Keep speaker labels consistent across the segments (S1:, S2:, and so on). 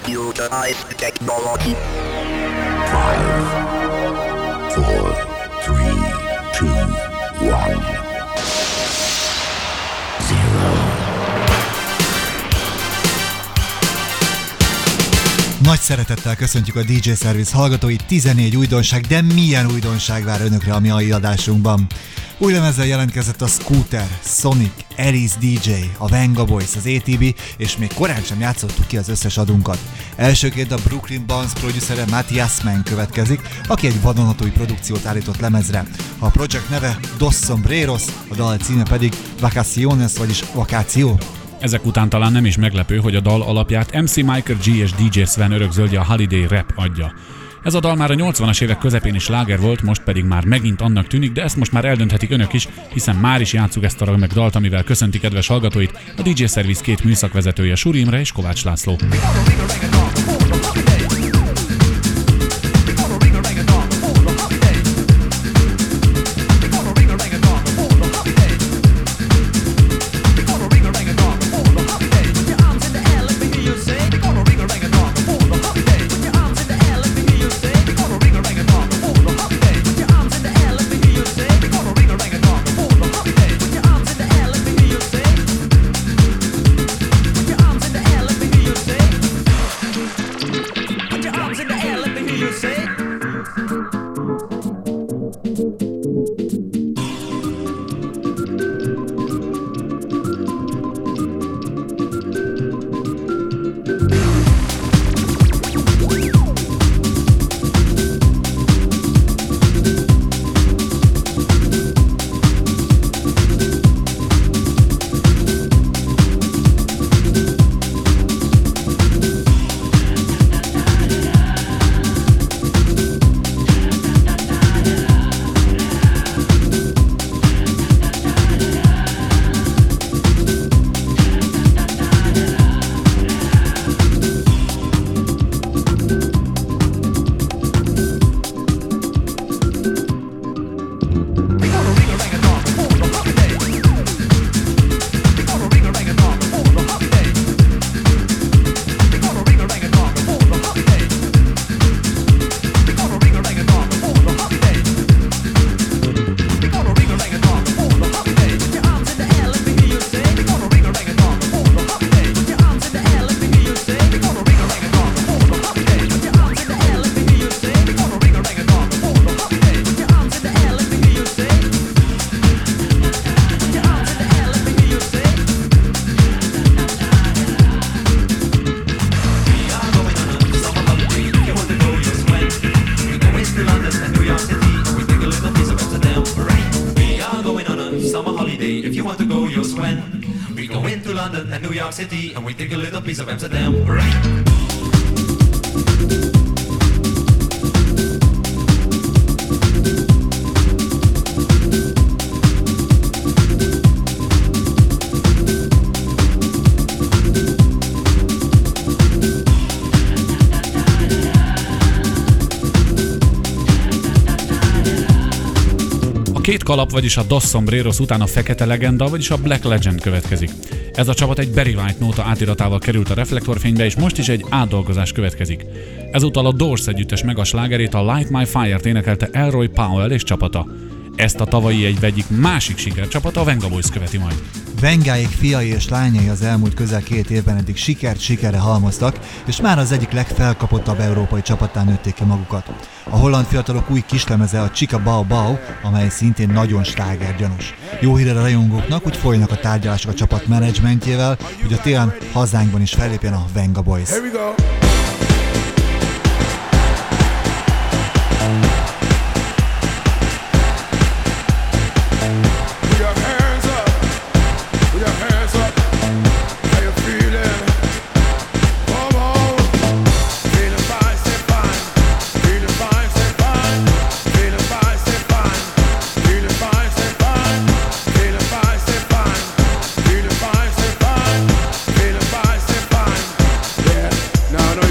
S1: Computerized technology.
S2: 5, 4, 3, 2, 1, 0.
S3: Nagy szeretettel köszöntjük a DJ Service hallgatóit, 14 újdonság, de milyen újdonság vár önökre a mi mai adásunkban. Új lemezzel jelentkezett a Scooter, Sonic, Alice DJ, a Venga Boys, az ATB, és még korán sem játszottuk ki az összes adunkat. Elsőként a Brooklyn Bounce producere Matthias Mann következik, aki egy vadonatúj produkciót állított lemezre. A projekt neve Dos Sombreros, a dal címe pedig Vacaciones, vagyis Vakáció.
S4: Ezek után talán nem is meglepő, hogy a dal alapját MC Michael G és DJ Sven örökzöldje a Holiday Rap adja. Ez a dal már a 80-as évek közepén is sláger volt, most pedig már megint annak tűnik, de ezt most már eldönthetik önök is, hiszen már is játsszuk ezt a remek dalt, amivel köszönti kedves hallgatóit a DJ Service két műszakvezetője, Suri Imre és Kovács László.
S5: City and we take a little piece of Amsterdam, right?
S4: A két kalap, vagyis a Dos Sombreros után a Fekete Legenda, vagyis a Black Legend következik. Ez a csapat egy Barry White nóta átiratával került a reflektorfénybe, és most is egy átdolgozás következik. Ezúttal a Doors együttes megaslágerét, a Light My Fire-t énekelte Elroy Powell és csapata. Ezt a tavalyi egy egyik másik sikercsapata, a Venga Boys követi majd.
S3: Vengáék fiai és lányai az elmúlt közel 2 évben eddig sikert sikerre halmoztak, és már az egyik legfelkapottabb európai csapattá nőtték ki magukat. A holland fiatalok új kislemeze a Chica Bao Bao, amely szintén nagyon slágergyanús. Jó hír a rajongóknak, hogy folynak a tárgyalások a csapat menedzsmentjével, hogy a télen hazánkban is fellépjen a Venga Boys.
S6: No,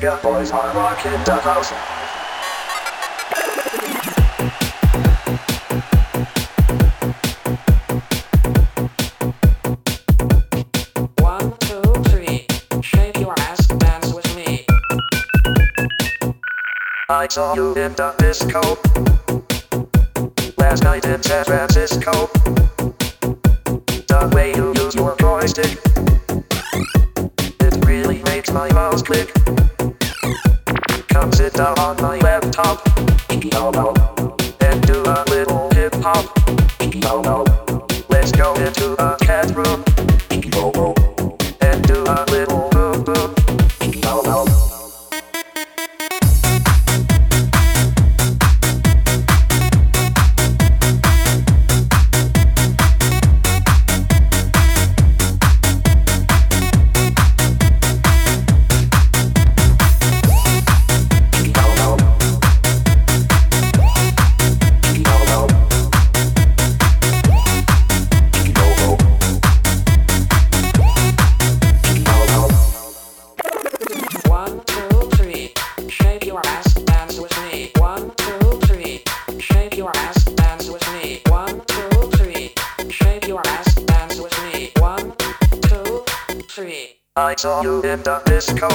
S6: ya boys are rocking the house.
S7: One, two, three, shake your ass, dance with me.
S6: I saw you in the disco last night in San Francisco. The way you use your joystick, it really makes my mouse click. Come sit down on my laptop and do a little hip hop. Let's go into a cat room and do a little boom boom. I saw you in the disco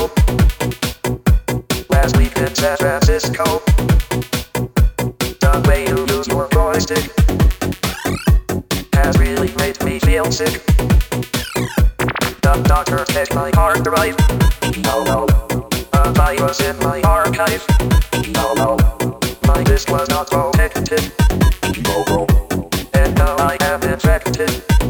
S6: last week in San Francisco. The way you use your joystick has really made me feel sick. The doctor checked my hard drive. A virus in my archive. My disk was not protected, and now I am infected.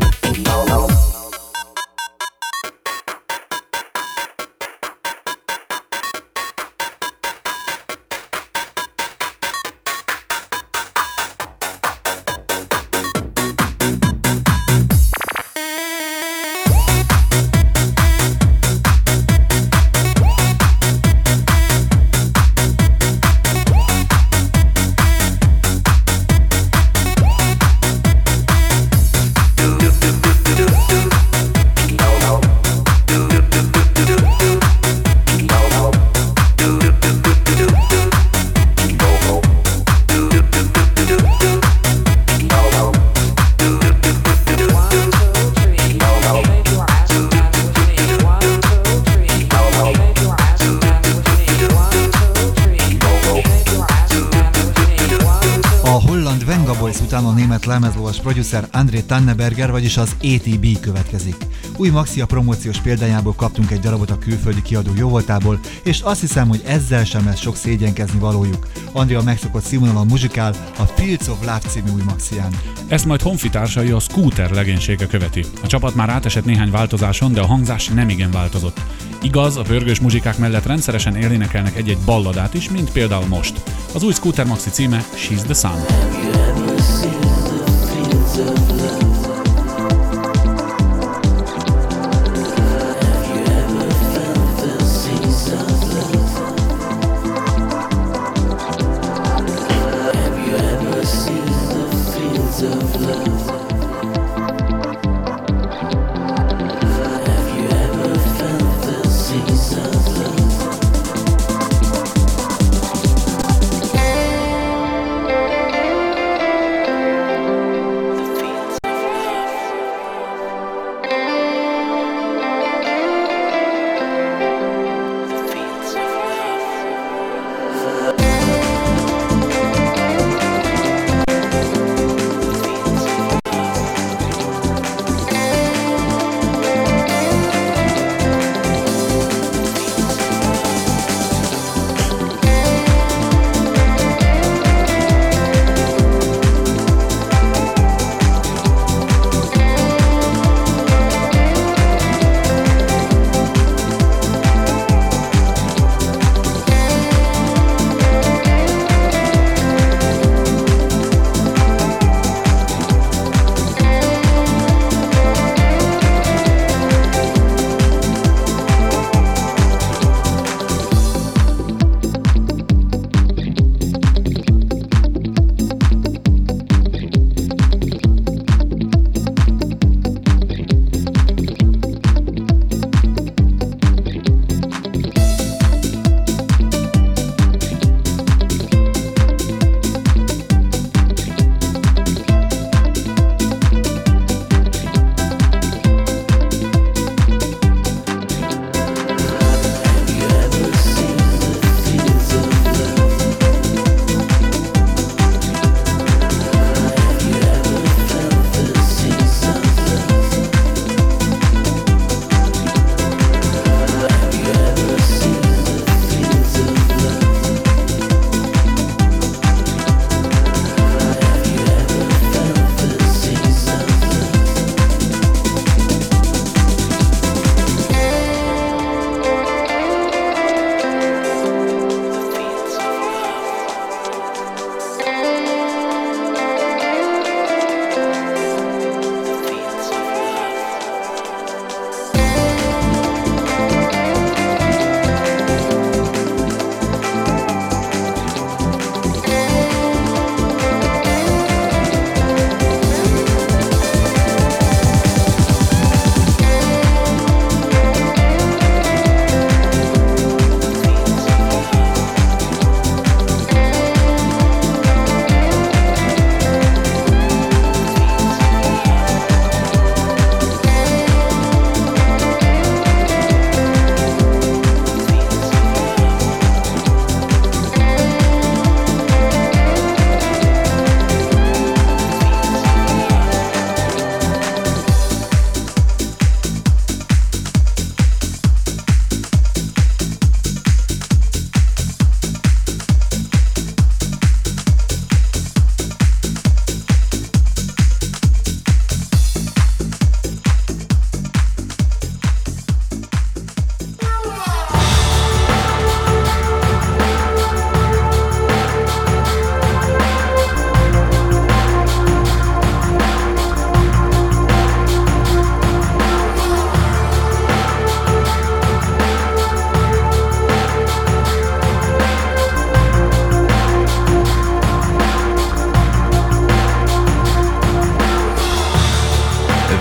S3: Után a német lemezlovas producer André Tanneberger, vagyis az ATB következik. Új maxia promóciós példányából kaptunk egy darabot a külföldi kiadó jóvoltából, és azt hiszem, hogy ezzel sem lesz sok szégyenkezni valójuk. André a megszokott színvonalon muzsikál a Fields of Love című új maxián.
S4: Ezt majd honfitársai a Scooter legénysége követi. A csapat már átesett néhány változáson, de a hangzás nem igen változott. Igaz, a pörgős muzsikák mellett rendszeresen élénekelnek egy-egy balladát is, mint például most. Az új Scooter maxi címe She's the Sun.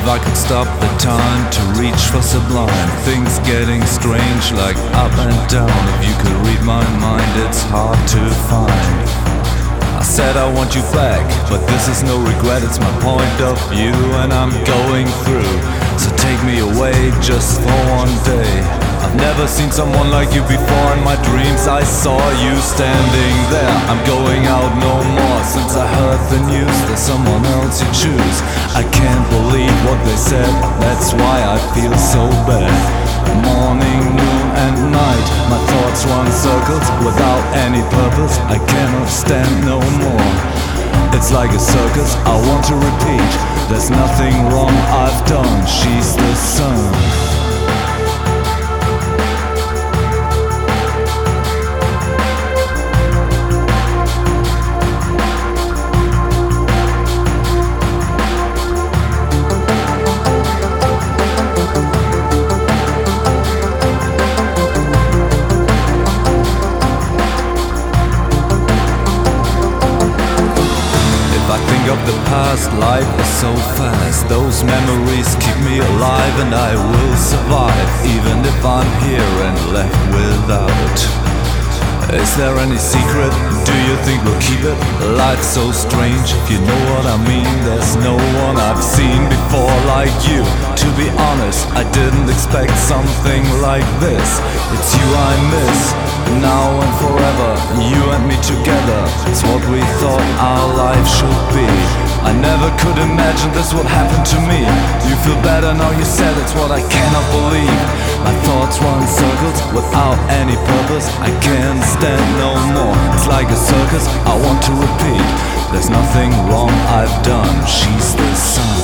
S8: If I could stop the time to reach for sublime, things getting strange like up and down. If you could read my mind, it's hard to find. I said I want you back, but this is no regret, it's my point of view and I'm going through. So take me away just for one day. I've never seen someone like you before. In my dreams I saw you standing there. I'm going out no more since I heard the news. There's someone else you choose. I can't believe what they said, that's why I feel so bad. Morning, noon and night, my thoughts run circles without any purpose. I cannot stand no more. It's like a circus, I want to repeat. There's nothing wrong I've done, she's the sun. The past life is so fast. Those memories keep me alive and I will survive, even if I'm here and left without. Is there any secret? Do you think we'll keep it? Life's so strange, if you know what I mean. There's no one I've seen before like you. To be honest, I didn't expect something like this. It's you I miss, now and forever. You and me together, it's what we thought our life should be. I never could imagine this would happen to me. You feel better now, you said, it's what I cannot believe. My thoughts run circles without any purpose. I can't stand no more. It's like a circus, I want to repeat. There's nothing wrong I've done, she's the sun.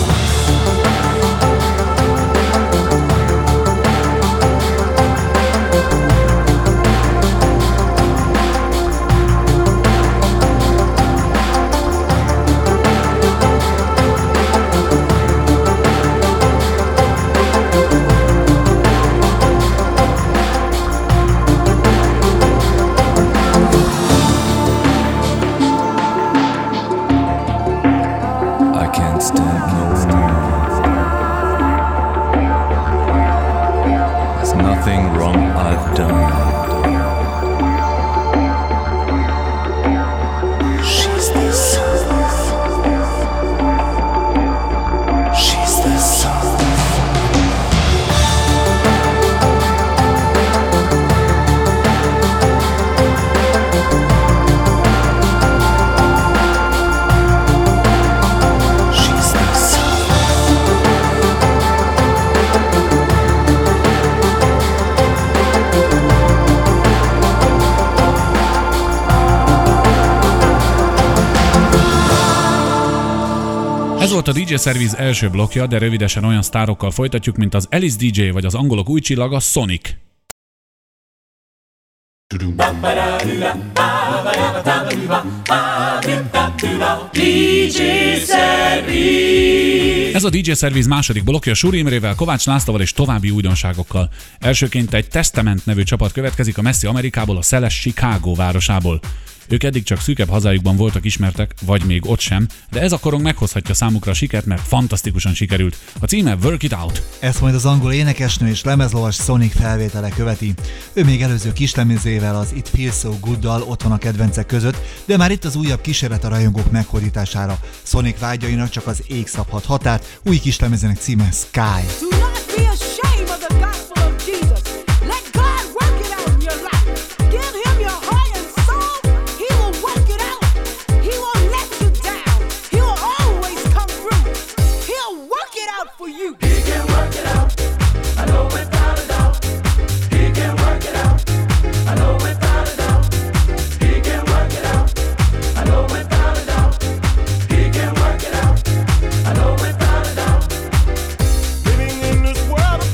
S4: Ez volt a DJ Service első blokkja, de rövidesen olyan sztárokkal folytatjuk, mint az Alice DJ vagy az angolok új csillaga Sonic.
S9: DJ Service.
S4: Ez a DJ Service második blokkja Súri Imrével, Kovács Lászlóval és további újdonságokkal. Elsőként egy Testament nevű csapat következik a messzi Amerikából, a szeles Chicago városából. Ők eddig csak szűkebb hazájukban voltak ismertek, vagy még ott sem, de ez a korong meghozhatja számukra a sikert, mert fantasztikusan sikerült. A címe Work It Out.
S3: Ezt majd az angol énekesnő és lemezlovas Sonic felvétele követi. Ő még előző kislemezével, az It Feels So Good-dal ott van a kedvencek között, de már itt az újabb kísérlet a rajongók meghódítására. Sonic vágyainak csak az ég szabhat határt, új kislemezének címe Sky.
S9: Living in this world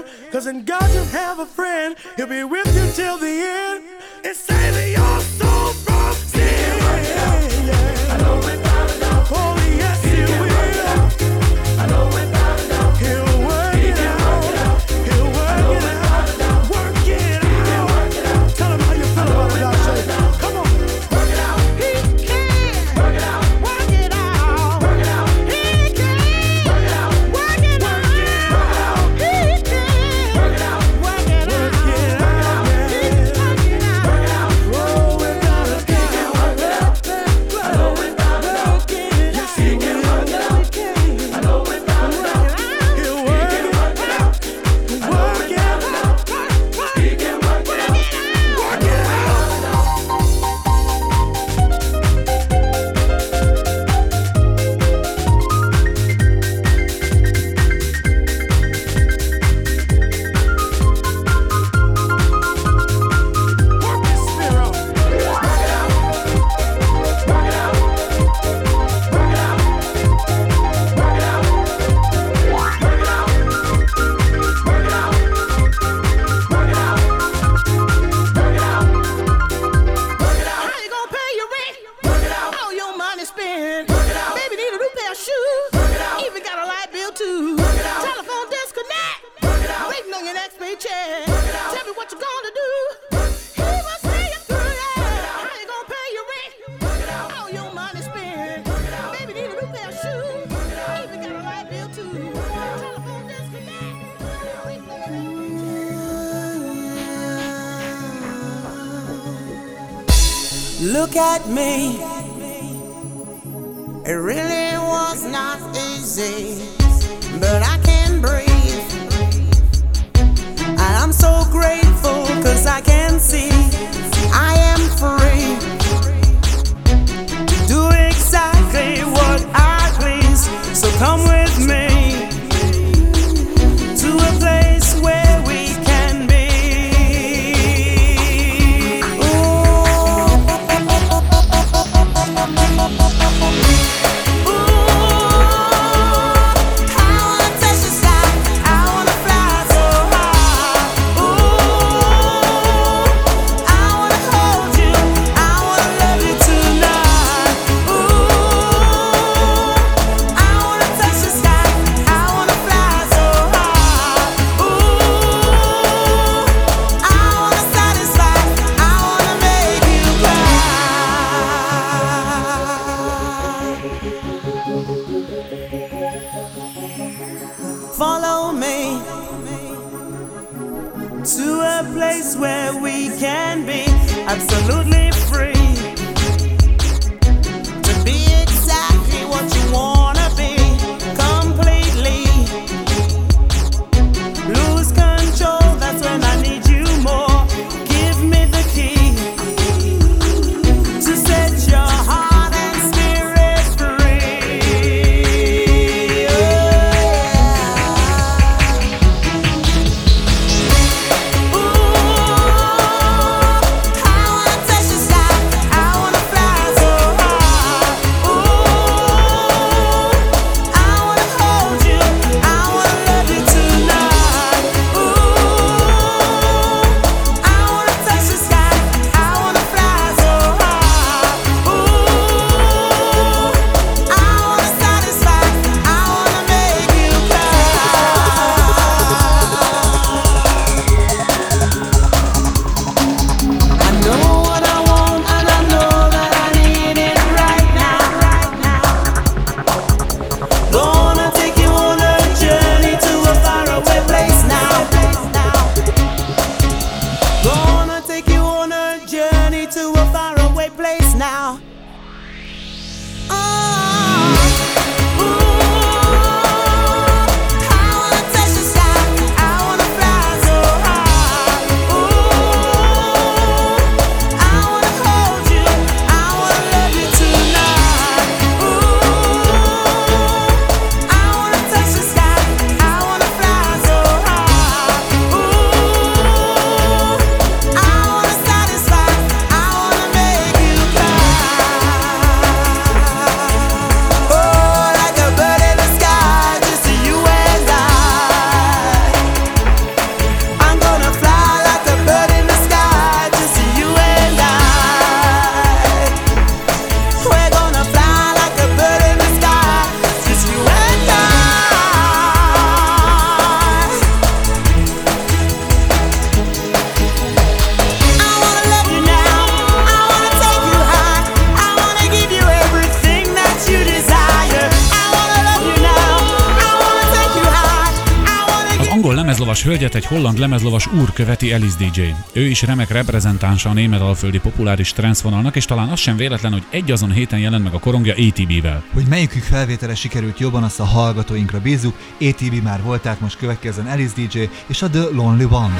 S10: him. Cause in God you have a friend. He'll be with you till the end. And saving your soul from sin. I know without a doubt. Oh yes he will. I know without a doubt. He'll work it out. He'll work it out. Work it out. Tell him how you feel about it, Doc Shay. Come on. Work it out. He can. Work it out. Work it out. Work it out. He can. Work it out. Work it out. He can. Work it out. Work it out. Work it out. He can work it out. Work it out. Oh, without a doubt. He can work it out. I know without a doubt. Yes, he can work it out. I know without a doubt. He'll work it out. Work it out. He can work it out. Work it out. Work it, Sparrow. Work it out. Work it out. Work it out. Work it out. Work it out. Work it out. Work it out. Work it out. Work it out. How you gonna pay your rent? Work it out. All your money spent. Work it out. Baby need a new pair of shoes. Work it out. Even got a light bill too. Work it out. Telephone disconnect. Work it out. Waiting on your next paycheck. Work it out. Tell me what you gonna do. He will see you through that. How you gonna pay your rent? Work it out. All your money spent. Work it out. Baby need a new pair of shoes. Work it out. Even got a light bill too. Telephone disconnect. Waiting on your next
S11: Look at me. It really was not easy, but I can breathe. And I'm so grateful cause I can see I am free to do exactly what I please. So come with me to a place where we can be. Follow me to a place where we can be absolutely free to be exactly what you wanna be completely. Lose control, that's when I need you more. Give me the key to set your heart and spirit free. Ooh, I wanna touch your side.
S4: angol lemezlovas hölgyet egy holland lemezlovas úr követi Alice DJ. Ő is remek reprezentánsa a német-alföldi populáris transzvonalnak, és talán az sem véletlen, hogy egy azon héten jelent meg a korongja ATB-vel.
S3: Hogy melyikük felvétele sikerült jobban, azt a hallgatóinkra bízzuk. ATB már volt, tehát most következzen Alice DJ és a The Lonely One.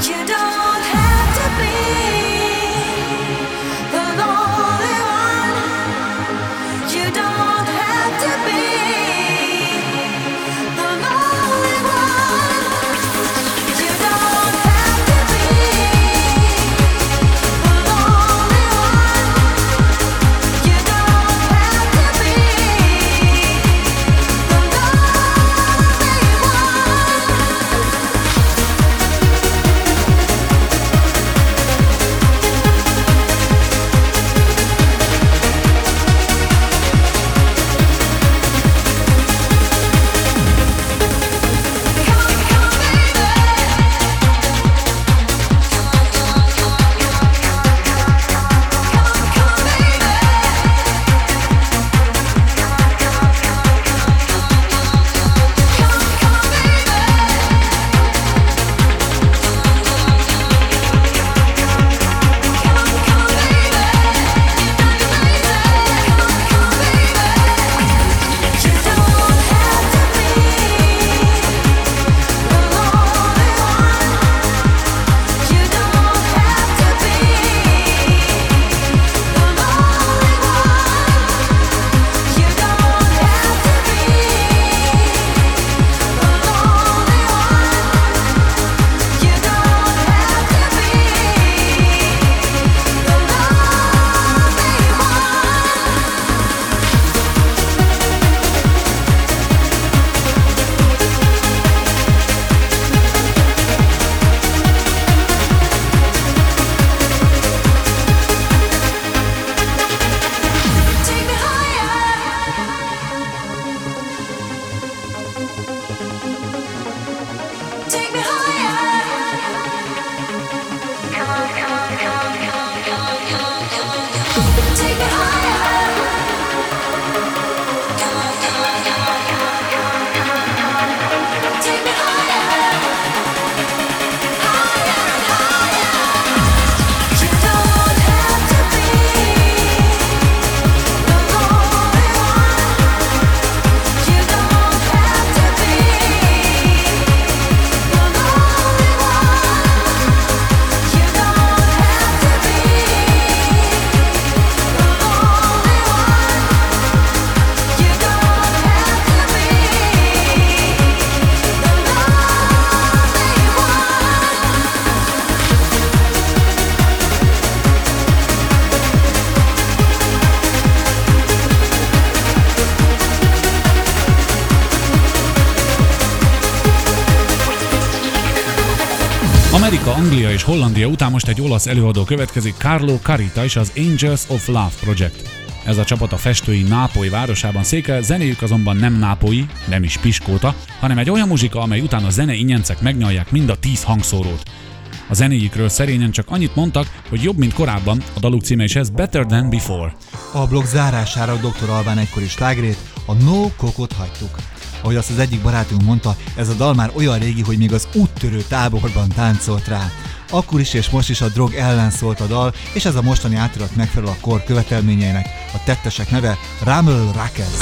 S4: Amerika, Anglia és Hollandia után most egy olasz előadó következik, Carlo Carita és az Angels of Love Project. Ez a csapat a festői Nápoly városában székel, zenéjük azonban nem nápolyi, nem is piskóta, hanem egy olyan muzsika, amely után a zene ingyencek megnyalják mind a 10 hangszórót. A zenéjükről szerényen csak annyit mondtak, hogy jobb, mint korábban, a daluk címe is ez, Better Than Before.
S3: A blog zárására Dr. Albán egykori slágerét, a No Kokot hagytuk. Ahogy azt az egyik barátunk mondta, ez a dal már olyan régi, hogy még az úttörő táborban táncolt rá. Akkor is és most is a drog ellen szólt a dal, és ez a mostani átirat megfelel a kor követelményeinek. A tettesek neve Ramel Rakez.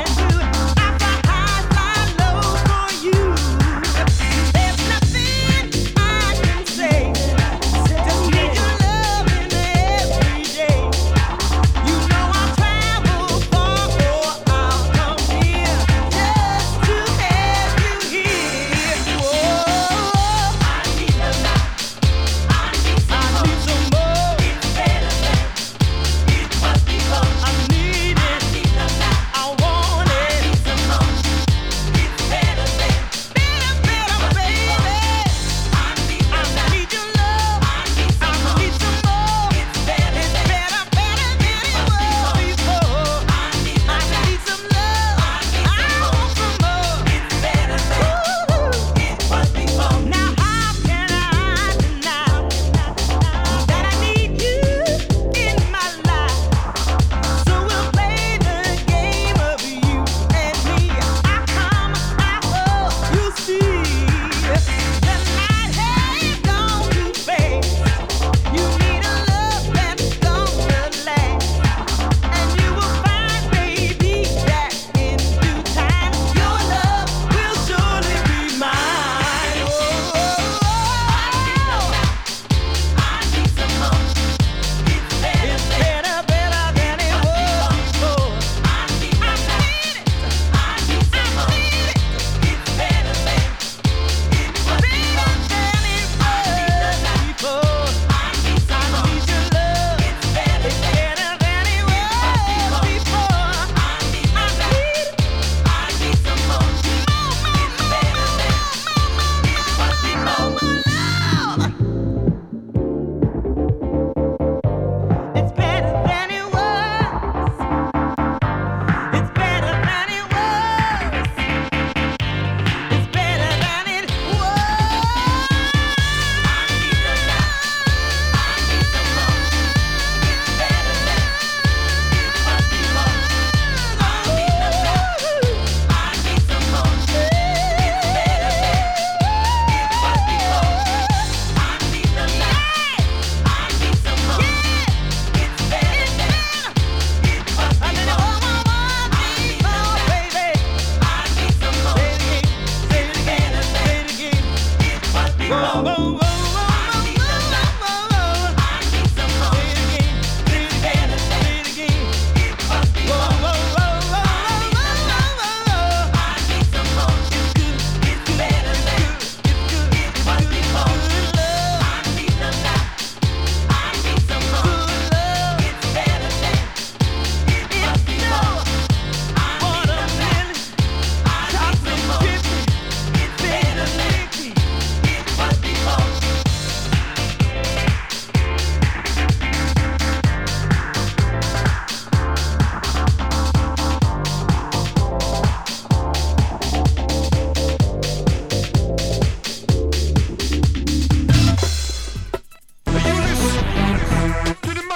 S10: There's nothing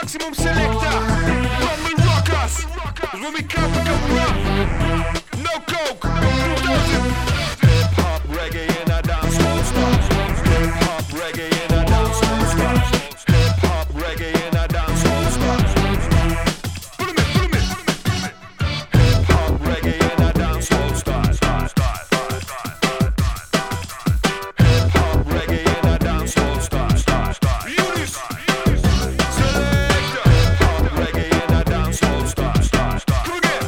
S10: Maximum selector. Come and rock us. When we come rough. No coke. 2000. Hip hop reggae in a dance hall stars. Hip hop reggae in a dance hall stars. Hip hop reggae in a dance hall stars. Put 'em in. Hip hop reggae in a dance hall stars. Hip hop reggae in a dance hall stars. Unis. Selector. Hip hop reggae in a dance hall stars. Come again.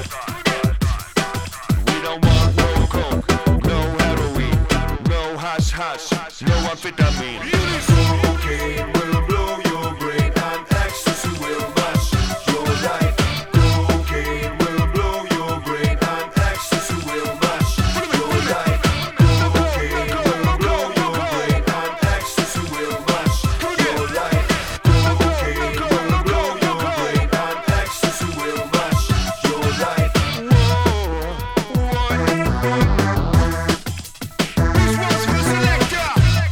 S10: We don't want no coke, no heroin, no hash, no amphetamine. Cocaine will blow your brain and ecstasy will mash your life. Cocaine will blow your brain and ecstasy will mash your life. Cocaine will blow your brain and ecstasy will mash your life. Cocaine will blow your brain and ecstasy will mash your life. This one's for the selector.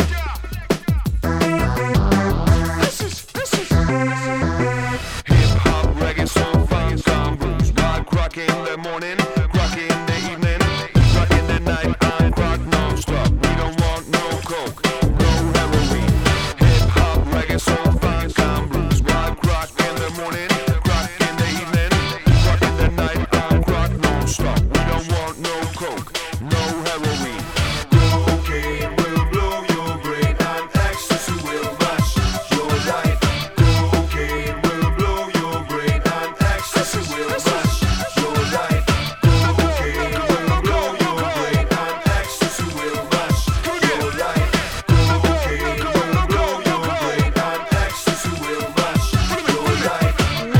S10: This is hip hop reggae song, funk, blues, rock, rock in the morning, rock in the evening, rock in the night, and rock non-stop. We don't want no coke, no heroin. Hip hop reggae song, funk, blues, rock, rock in the morning, rock in the evening, rock in the night, and rock non-stop. We don't want no coke, no heroin. Cocaine will blow your brain and ecstasy will mash your life. Cocaine will blow your brain and ecstasy will mash your life. Cocaine will blow your brain and ecstasy will mash your life. Cocaine will blow your brain and ecstasy will mash your life.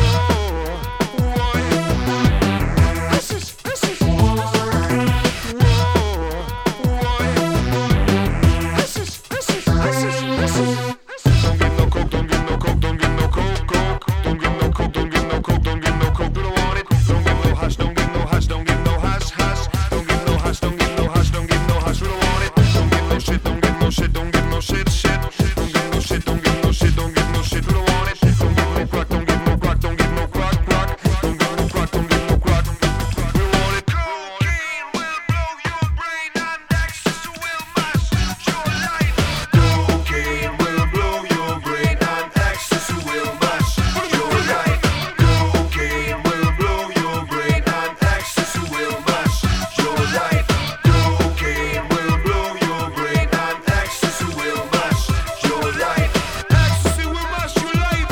S10: Don't get no coke, don't get no coke, don't get no coke, coke. Don't get no coke, don't get no coke, don't get no coke. We don't want it. Don't get no hash, don't get no hash, don't get no hash, hash. Don't get no hash, don't get no hash, don't get no hash. We don't want it. Don't get no shit, don't get no shit, don't get no shit, shit. Don't get no shit, don't get no shit, don't get no shit. We don't want it. Don't get no crack, don't get no crack, don't get no crack, crack. Don't get no crack, don't get no crack. We don't want it. Cocaine will blow your brain and ecstasy will mash your life. Cocaine will blow your brain and ecstasy will mash your life. Cocaine will blow your brain and ecstasy will mash your life. Cocaine will blow your brain and ecstasy will mash your life. Ecstasy will mash your life.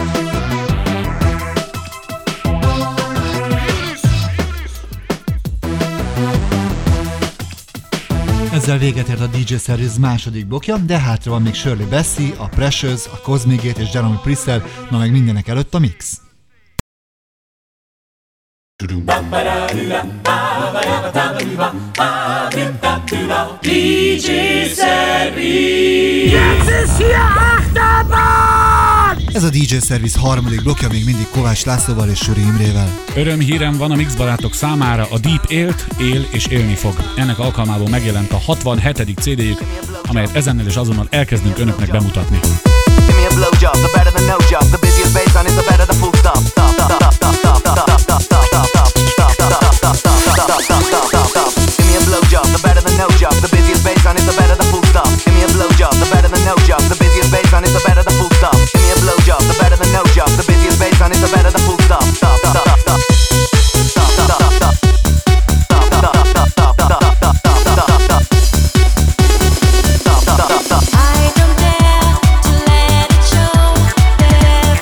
S3: Ezzel véget ért a DJ Service második blokja, de hátra van még Shirley Bassey, a Precious, a Cosmic Gate és Jeremy Priester, na meg mindenek előtt a mix.
S9: DJ Service.
S3: Ez a DJ Service harmadik blokja még mindig Kovács Lászlóval és Süri Imrével.
S4: Örömhírem van a mix barátok számára, a Deep élt, él és élni fog. Ennek alkalmából megjelent a 67. CD-jük, amelyet ezennel és azonnal elkezdünk önöknek bemutatni.
S12: I don't dare to let it show.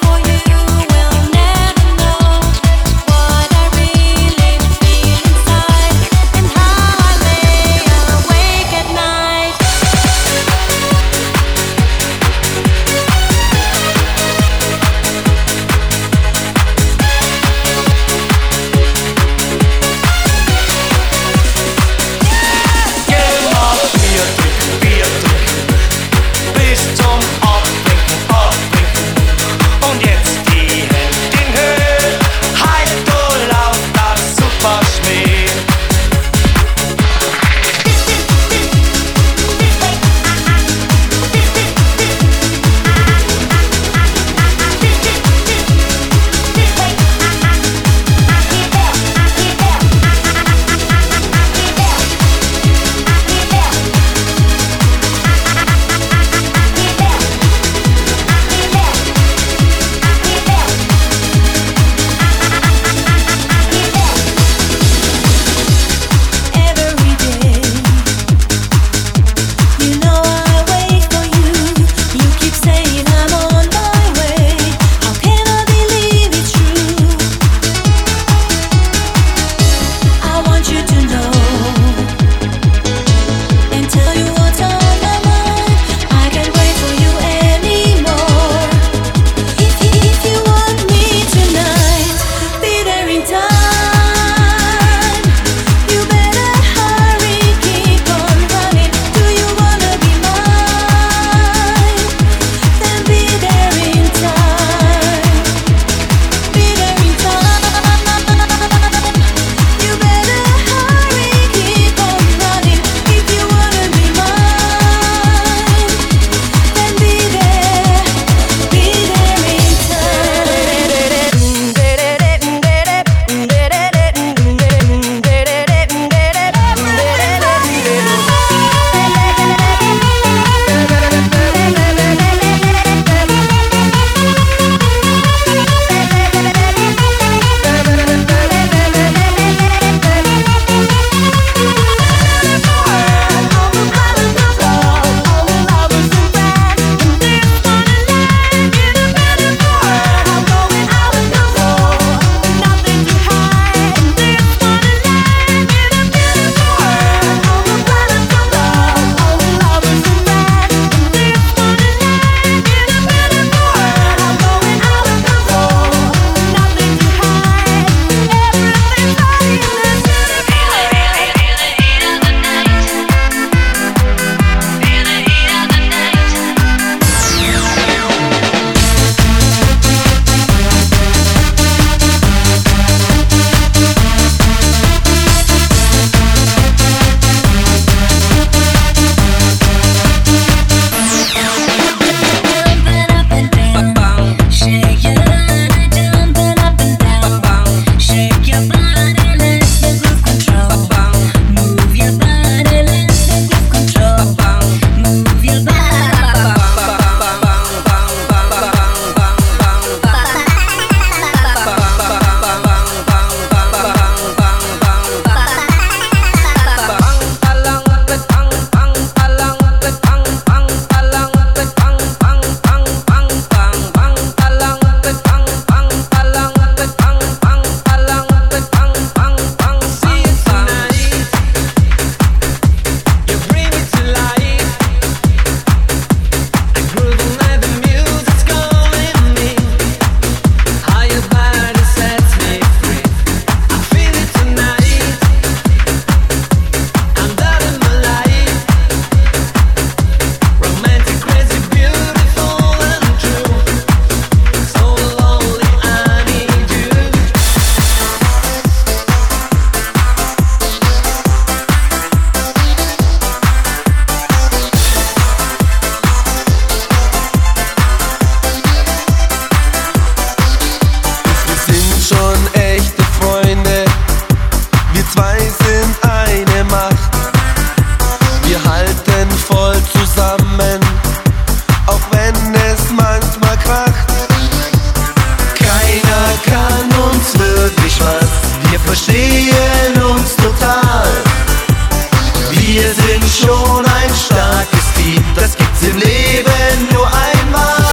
S8: verstehen uns total. Wir sind schon ein starkes Team, das gibt's im Leben nur einmal.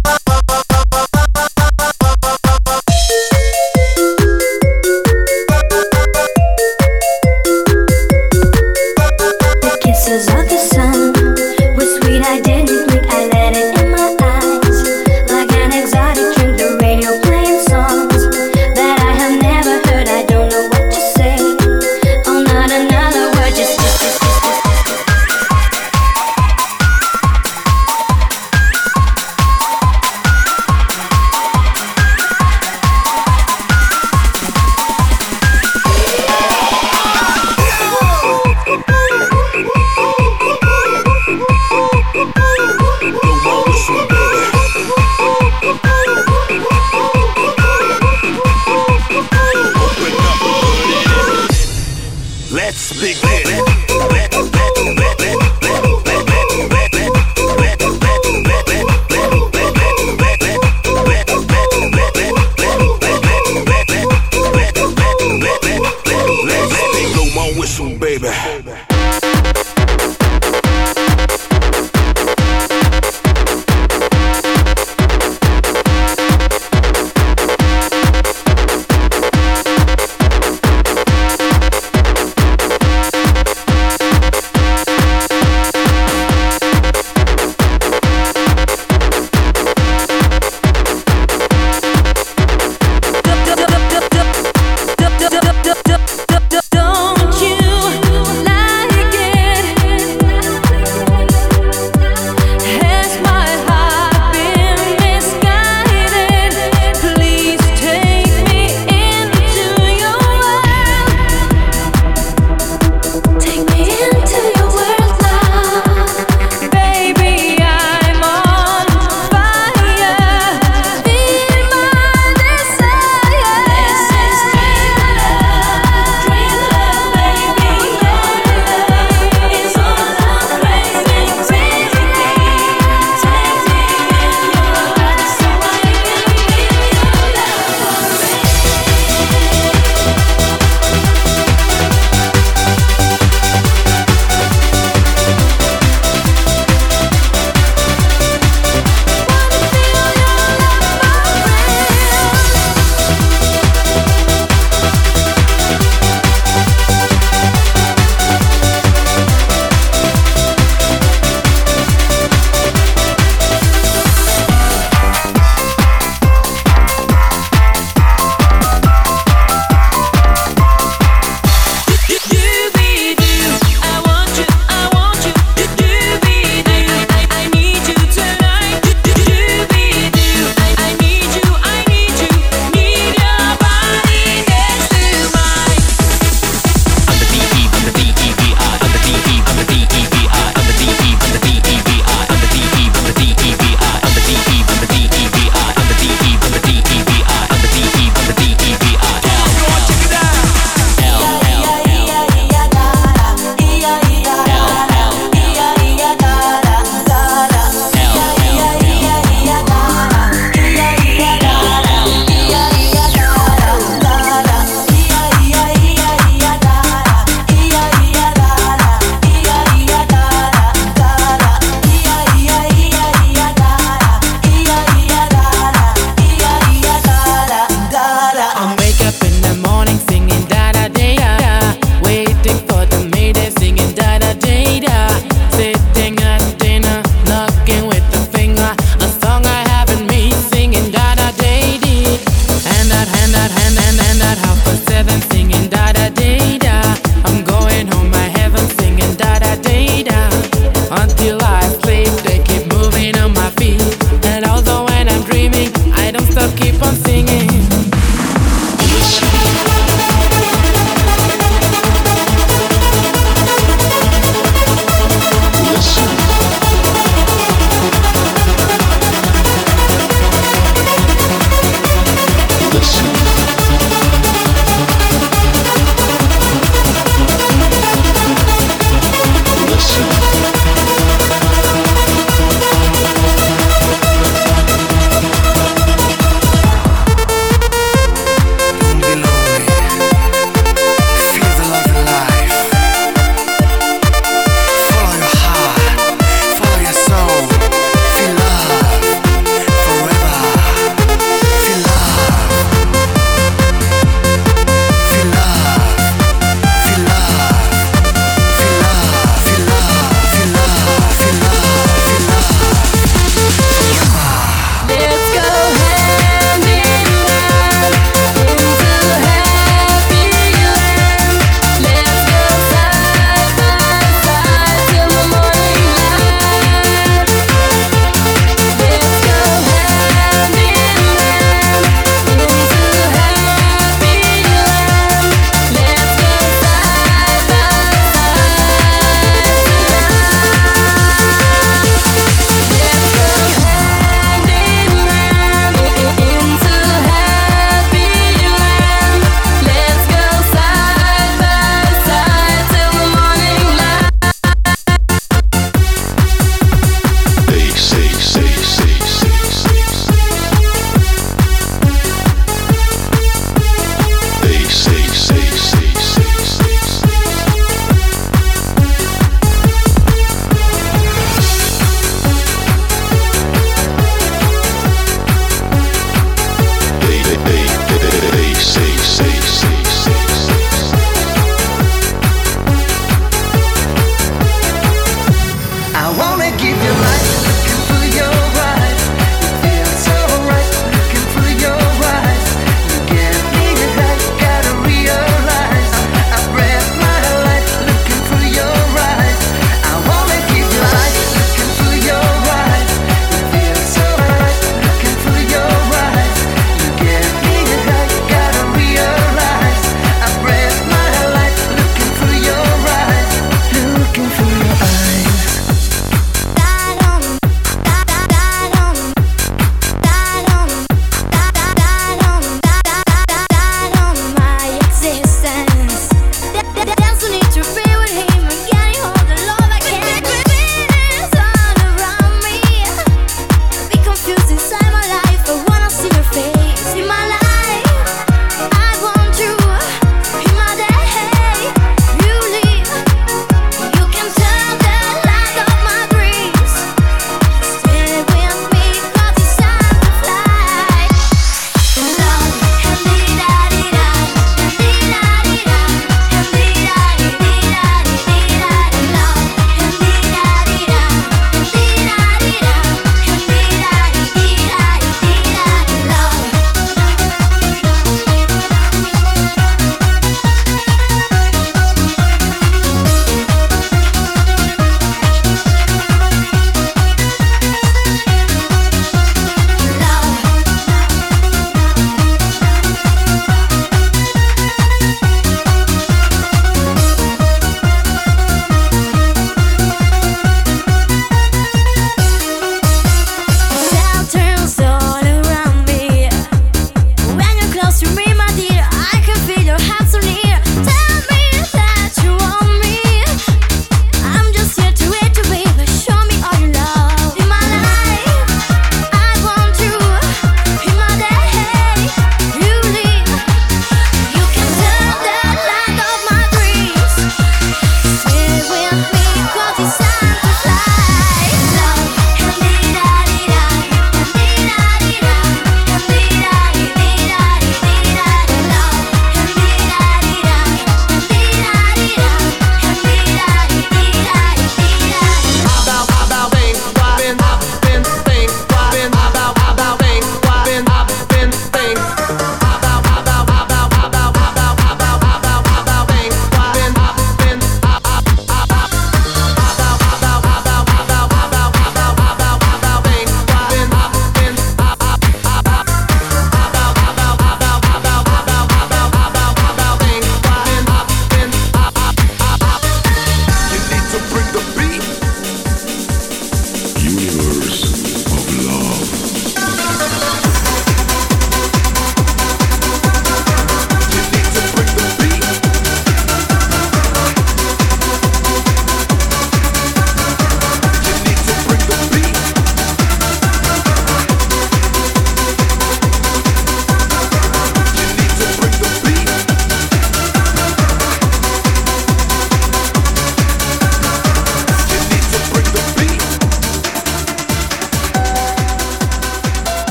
S12: The kisses of the sun were sweet, I didn't blink, I let it in my eyes. Like an exotic drink, the radio playing songs that I have never heard, I don't know what to say.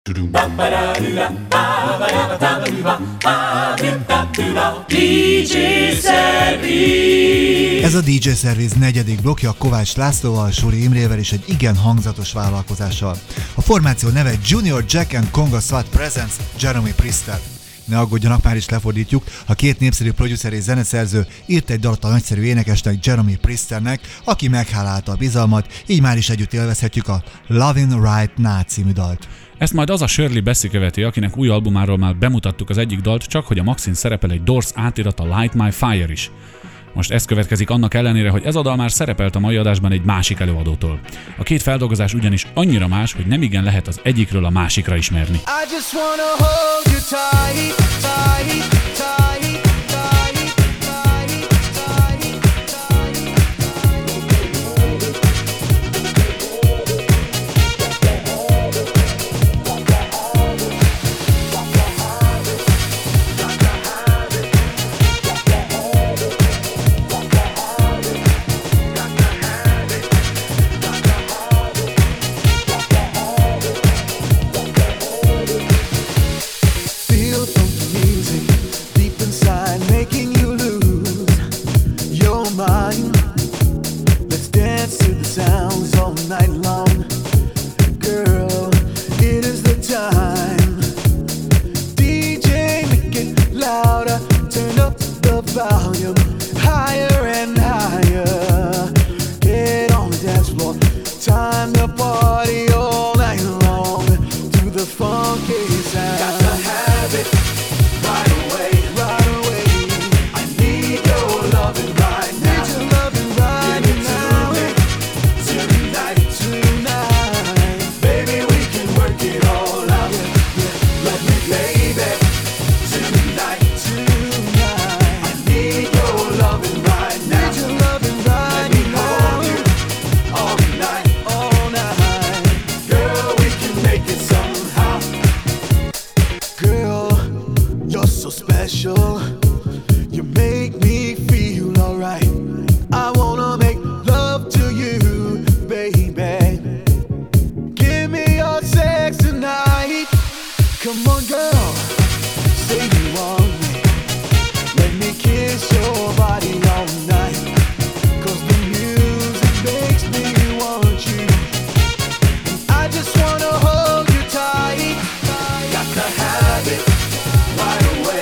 S9: DJ Service.
S3: Ez a DJ Service negyedik blokkja Kovács Lászlóval, Suri Imrével és egy igen hangzatos vállalkozással. A formáció neve Junior Jack and Conga SWAT Presents Jeremy Priester. Ne aggódjanak, már is lefordítjuk, a két népszerű producer és zeneszerző írt egy dalt a nagyszerű énekesnek, Jeremy Priesternek, aki meghálálta a bizalmat, így már is együtt élvezhetjük a Lovin' Right Now című dalt.
S4: Ezt majd az a Shirley Bassey követi, akinek új albumáról már bemutattuk az egyik dalt, csak hogy a Maxin szerepel egy Doors átirat, a Light My Fire is. Most ez következik annak ellenére, hogy ez a dal már szerepelt a mai adásban egy másik előadótól. A két feldolgozás ugyanis annyira más, hogy nemigen lehet az egyikről a másikra ismerni.
S10: Sounds all night long, girl, it is the time. DJ, make it louder, turn up the volume, higher and higher. Get on the dance floor, time to party all night long, to the funky sound. Got to have it right away, right away. I need your loving right now. Need your loving right now. Special, you make me feel alright. I wanna make love to you, baby. Give me your sex tonight. Come on, girl, say you want me. Let me kiss your body all night. 'Cause the music makes me want you. I just wanna hold you tight. Got to have it right away.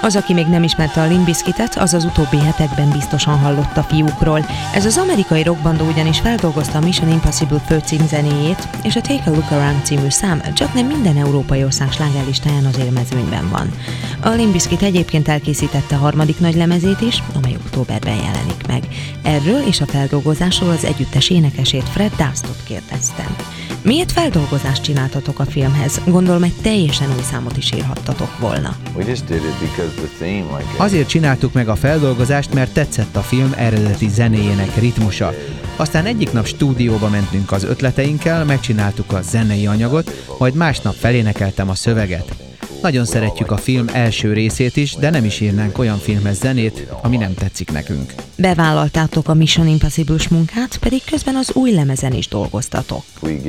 S13: Az, aki még nem ismerte a Limp Bizkitet, az utóbbi hetekben biztosan hallott a fiúkról. Ez az amerikai rockbanda ugyanis feldolgozta a Mission Impossible főcím zenéjét, és a Take a Look Around című szám csaknem minden európai ország slágerlistáján az élmezőnyben van. A Limp Bizkit egyébként elkészítette a harmadik nagy lemezét is, amely októberben jelenik meg. Erről és a feldolgozásról az együttes énekesét, Fred Dustot kérdeztem. Miért feldolgozást csináltatok a filmhez? Gondolom, egy teljesen új számot is írhattatok volna.
S14: Azért csináltuk meg a feldolgozást, mert tetszett a film eredeti zenéjének ritmusa. Aztán egyik nap stúdióba mentünk az ötleteinkkel, megcsináltuk a zenei anyagot, majd másnap felénekeltem a szöveget. Nagyon szeretjük a film első részét is, de nem is írnánk olyan filmhez zenét, ami nem tetszik nekünk.
S13: Bevállaltátok a Mission Impossible-s munkát, pedig közben az új lemezen is dolgoztatok.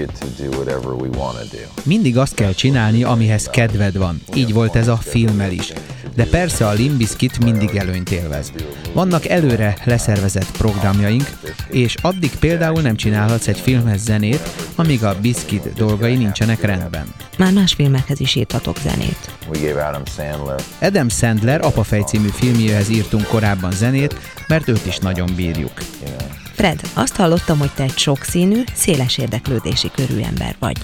S14: Mindig azt kell csinálni, amihez kedved van. Így volt ez a filmmel is. De persze a Limp Bizkit mindig előnyt élvez. Vannak előre leszervezett programjaink, és addig például nem csinálhatsz egy filmhez zenét, amíg a Bizkit dolgai nincsenek rendben.
S13: Már más filmekhez is írtatok zenét.
S14: Adam Sandler Apafej című filmjéhez írtunk korábban zenét, mert őt is nagyon bírjuk.
S13: Fred, azt hallottam, hogy te egy sokszínű, széles érdeklődési körű ember vagy.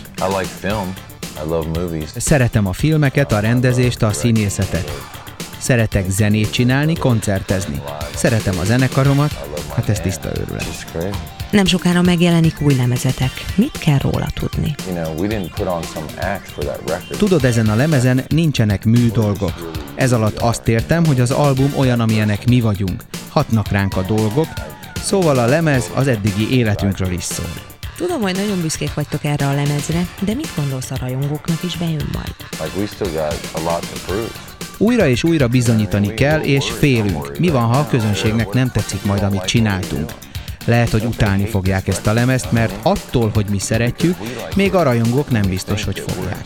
S14: Szeretem a filmeket, a rendezést, a színészetet. Szeretek zenét csinálni, koncertezni. Szeretem a zenekaromat, hát ez tiszta őrület.
S13: Nem sokára megjelenik új lemezetek. Mit kell róla tudni?
S14: Tudod, ezen a lemezen nincsenek műdolgok. Ez alatt azt értem, hogy az album olyan, amilyenek mi vagyunk. Hatnak ránk a dolgok, szóval a lemez az eddigi életünkről is szól.
S13: Tudom, hogy nagyon büszkék vagytok erre a lemezre, de mit gondolsz, a rajongóknak is bejön majd?
S14: Újra és újra bizonyítani kell, és félünk. Mi van, ha a közönségnek nem tetszik majd, amit csináltunk? Lehet, hogy utálni fogják ezt a lemezt, mert attól, hogy mi szeretjük, még a rajongók nem biztos, hogy fogják.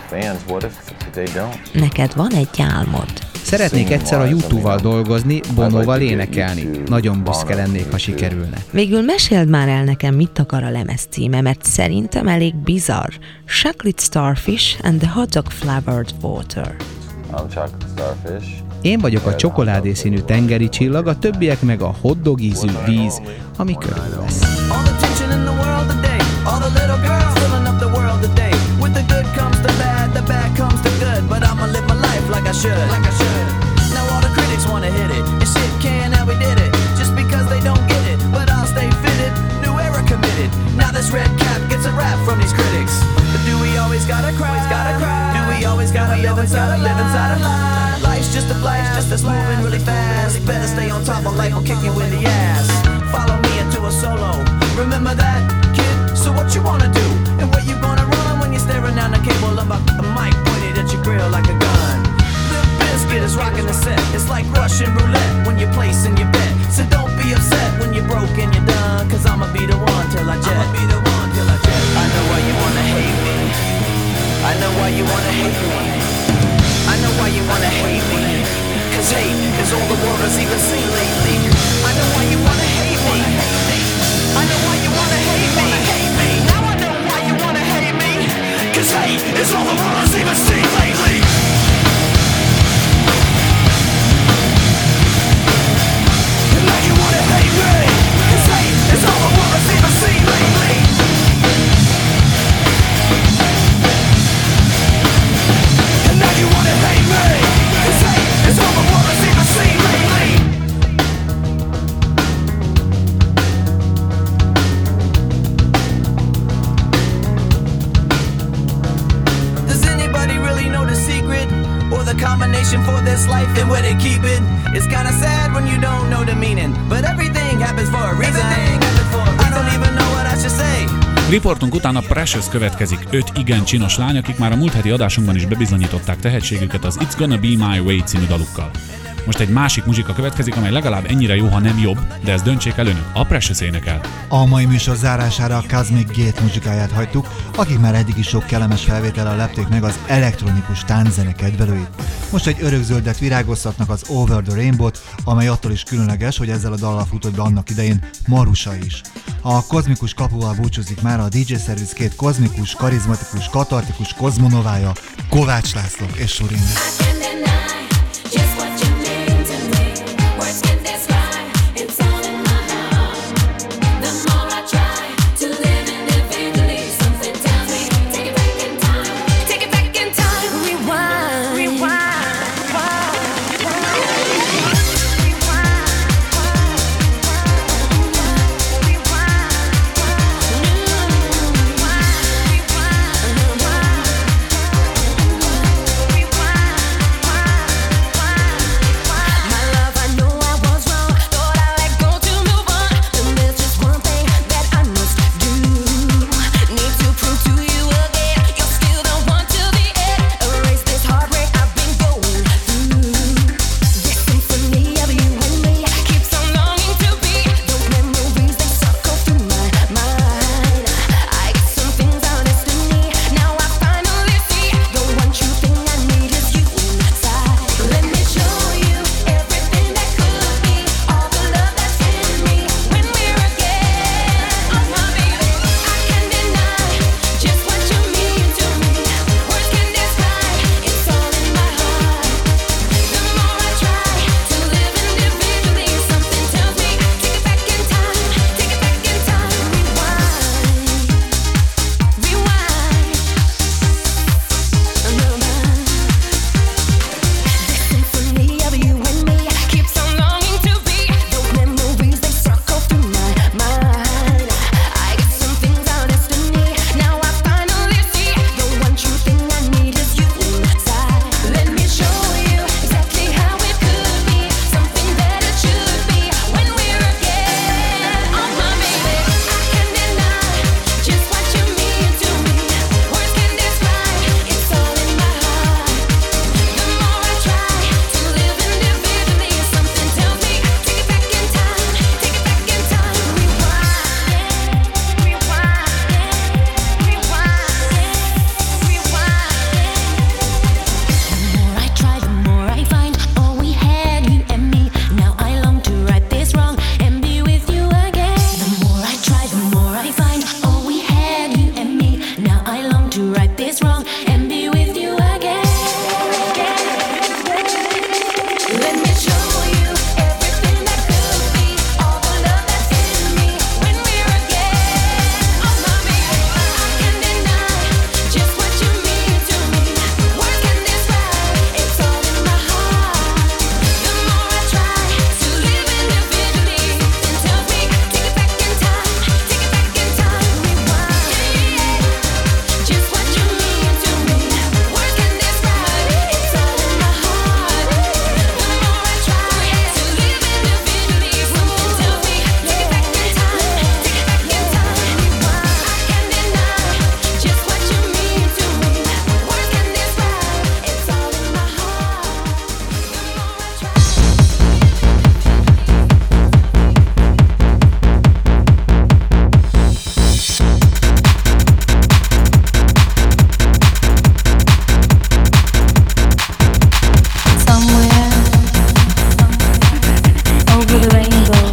S13: Neked van egy álmod?
S14: Szeretnék egyszer a U2-val dolgozni, Bonoval énekelni. Nagyon büszke lennék, ha sikerülne.
S13: Végül meséld már el nekem, mit akar a lemez címe, mert szerintem elég bizarr. Chocolate Starfish and the Hot Dog Flavored Water.
S14: Én vagyok a csokoládé színű tengeri csillag, a többiek meg a hotdog ízű víz, ami körülvesz.
S15: Just a flash, just that's moving really fast. Better stay on top of life or kick you in the ass. Follow me into a solo. Remember that, kid? So what you wanna do? And where you gonna run when you're staring down the cable of a mic pointed at your grill like a gun? The Bizkit is rocking the set. It's like Russian roulette when you're placing your bet. So don't be upset when you're broke and you're done. Cause I'ma be the one till I jet. I know why you wanna hate me. I know why you wanna hate me. I know why you wanna hate me. Cause hate is all the world has even seen lately. I know why you wanna hate me. I know why you wanna hate me. Now I know why you wanna hate me. Cause hate is all the world has even seen lately. And now you wanna hate me. Cause hate is all the world has even seen lately. And now you wanna hate me. Cause hate is all the world has even seen lately. Does anybody really know the secret? Or the combination for this life and where they keep it? It's kinda sad when you don't know the meaning. But everything happens for a reason. I don't even know what I should say.
S4: Riportunk után a Precious következik, 5 igen csinos lány, akik már a múlt heti adásunkban is bebizonyították tehetségüket az It's Gonna Be My Way című dalukkal. Most egy másik muzsika következik, amely legalább ennyire jó, ha nem jobb, de ezt döntsék el önök. A Precious énekel.
S3: A mai műsor zárására a Cosmic Gate muzsikáját hagytuk, akik már eddig is sok kellemes felvétellel lepték meg az elektronikus tánczene kedvelőit. Most egy örökzöldet virágoztatnak az Over the Rainbow-t, amely attól is különleges, hogy ezzel a dallal futott be annak idején Marusa is. A kozmikus kapuval búcsúzik már a DJ Service két kozmikus, karizmatikus, katartikus kozmonovája, Kovács László és Surinder.
S12: to right this wrong and be with you again. Let me show you everything that could be, all the love that's in me when we're again. Oh, mommy, I can't deny just what you mean to me. Words can describe, it's all in my heart. The more I try to live individually, then tell me, take it back in time, rewind. Just what you mean to me. Words can describe, it's all in my heart. The more I try to live individually, something tells me, take it back in time, rewind. I can't deny just what you mean to me. Words can describe, it's all in my heart. The more I try. Somewhere over the rainbow,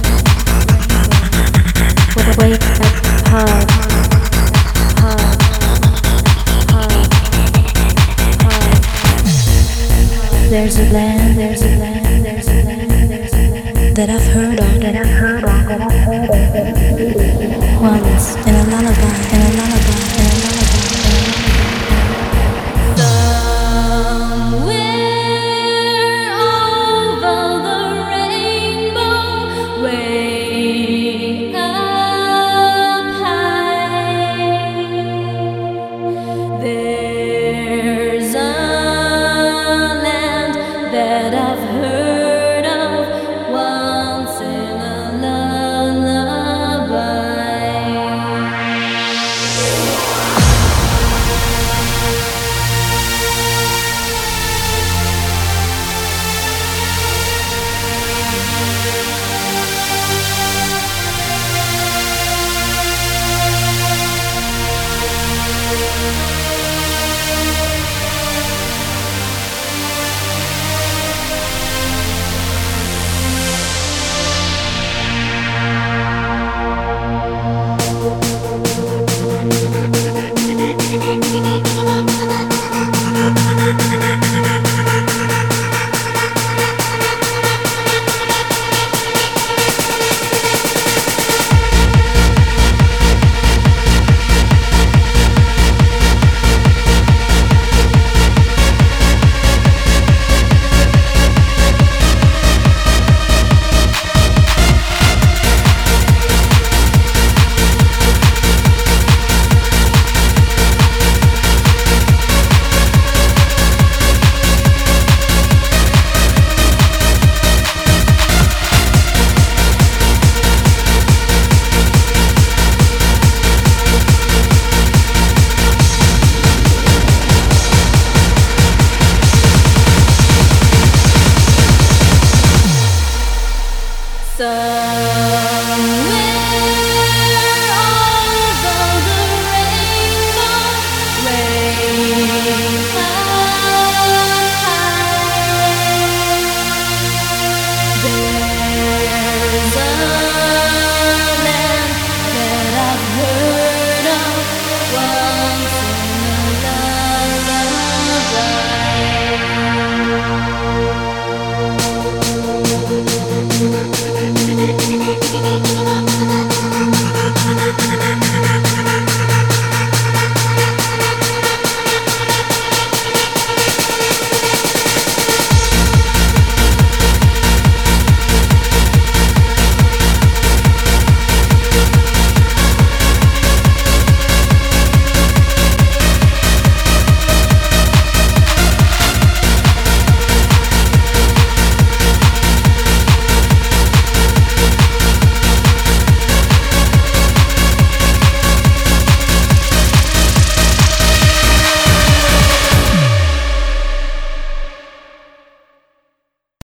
S12: wake up hard, hard, hard, hard. There's a land, there's a land, there's a land, there's a land that I've heard of, that I've heard of, that I've heard of. Once in a lullaby, in a lullaby, in a lullaby. Somewhere over the rainbow, way up high, there's a land that I've heard of once in a lullaby.